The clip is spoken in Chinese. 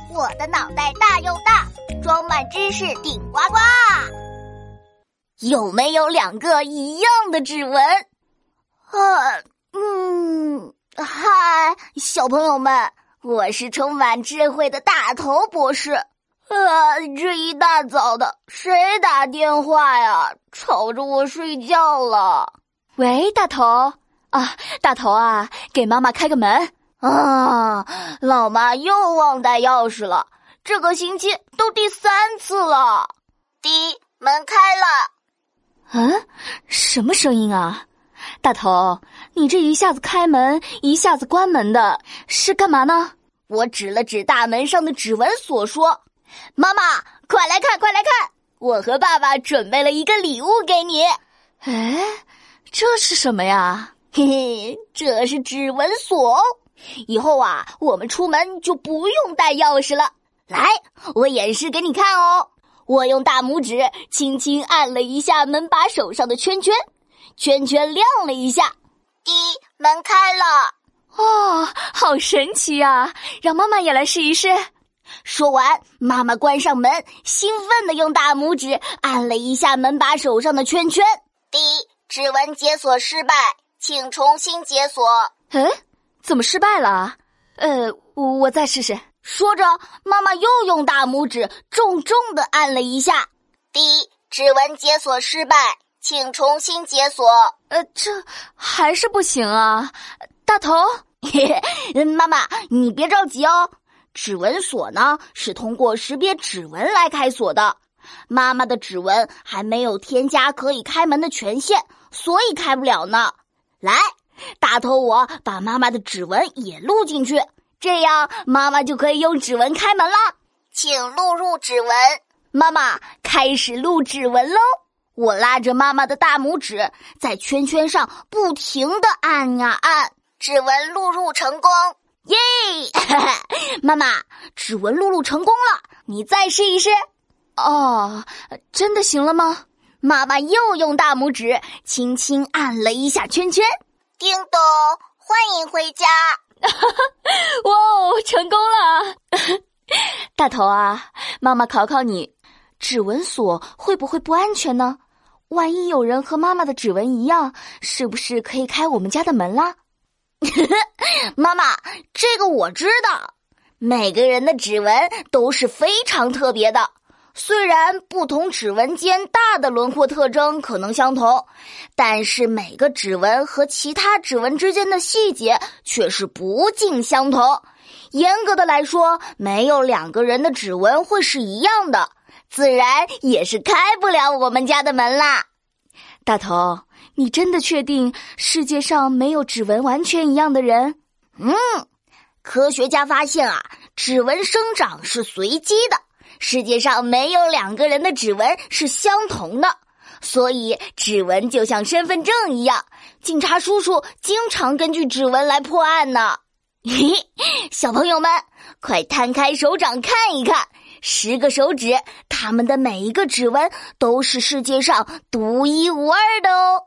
我的脑袋大又大，装满知识顶呱呱。有没有2个一样的指纹？嗨，小朋友们，我是充满智慧的大头博士。这一大早的，谁打电话呀？吵着我睡觉了。 喂，大头大头啊，给妈妈开个门。 老妈又忘带钥匙了，这个星期都第3次了。滴，门开了。 什么声音啊？大头，你这一下子开门，一下子关门的，是干嘛呢？ 我指了指大门上的指纹锁说：“妈妈，快来看，快来看！我和爸爸准备了一个礼物给你。” 这是什么呀？ 嘿嘿，这是指纹锁。以后我们出门就不用带钥匙了。来，我演示给你看哦。我用大拇指轻轻按了一下门把手上的圈圈，圈圈亮了一下，滴，门开了。 好神奇啊！让妈妈也来试一试。 说完，妈妈关上门，兴奋地用大拇指按了一下门把手上的圈圈，滴，指纹解锁失败，请重新解锁。 怎么失败了？我再试试。 说着，妈妈又用大拇指重重地按了一下，滴，指纹解锁失败，请重新解锁。 这还是不行啊！大头， 妈妈，你别着急哦。指纹锁呢，是通过识别指纹来开锁的。妈妈的指纹还没有添加可以开门的权限，所以开不了呢。来，大头我把妈妈的指纹也录进去，这样妈妈就可以用指纹开门了。请录入指纹。妈妈开始录指纹喽。我拉着妈妈的大拇指，在圈圈上不停地按呀按，指纹录入成功。耶！妈妈，指纹录入成功了，你再试一试。 真的行了吗？ 妈妈又用大拇指轻轻按了一下圈圈，叮咚，欢迎回家。 哇，成功了！大头啊，妈妈考考你，指纹锁会不会不安全呢？万一有人和妈妈的指纹一样，是不是可以开我们家的门啦？ 妈妈，这个我知道。每个人的指纹都是非常特别的，虽然不同指纹间大的轮廓特征可能相同，但是每个指纹和其他指纹之间的细节却是不尽相同。严格的来说，没有2个人的指纹会是一样的，自然也是开不了我们家的门啦。 大头，你真的确定世界上没有指纹完全一样的人？ 科学家发现指纹生长是随机的，世界上没有2个人的指纹是相同的，所以指纹就像身份证一样，警察叔叔经常根据指纹来破案呢。小朋友们，快摊开手掌看一看，10个手指，它们的每一个指纹都是世界上独一无二的哦。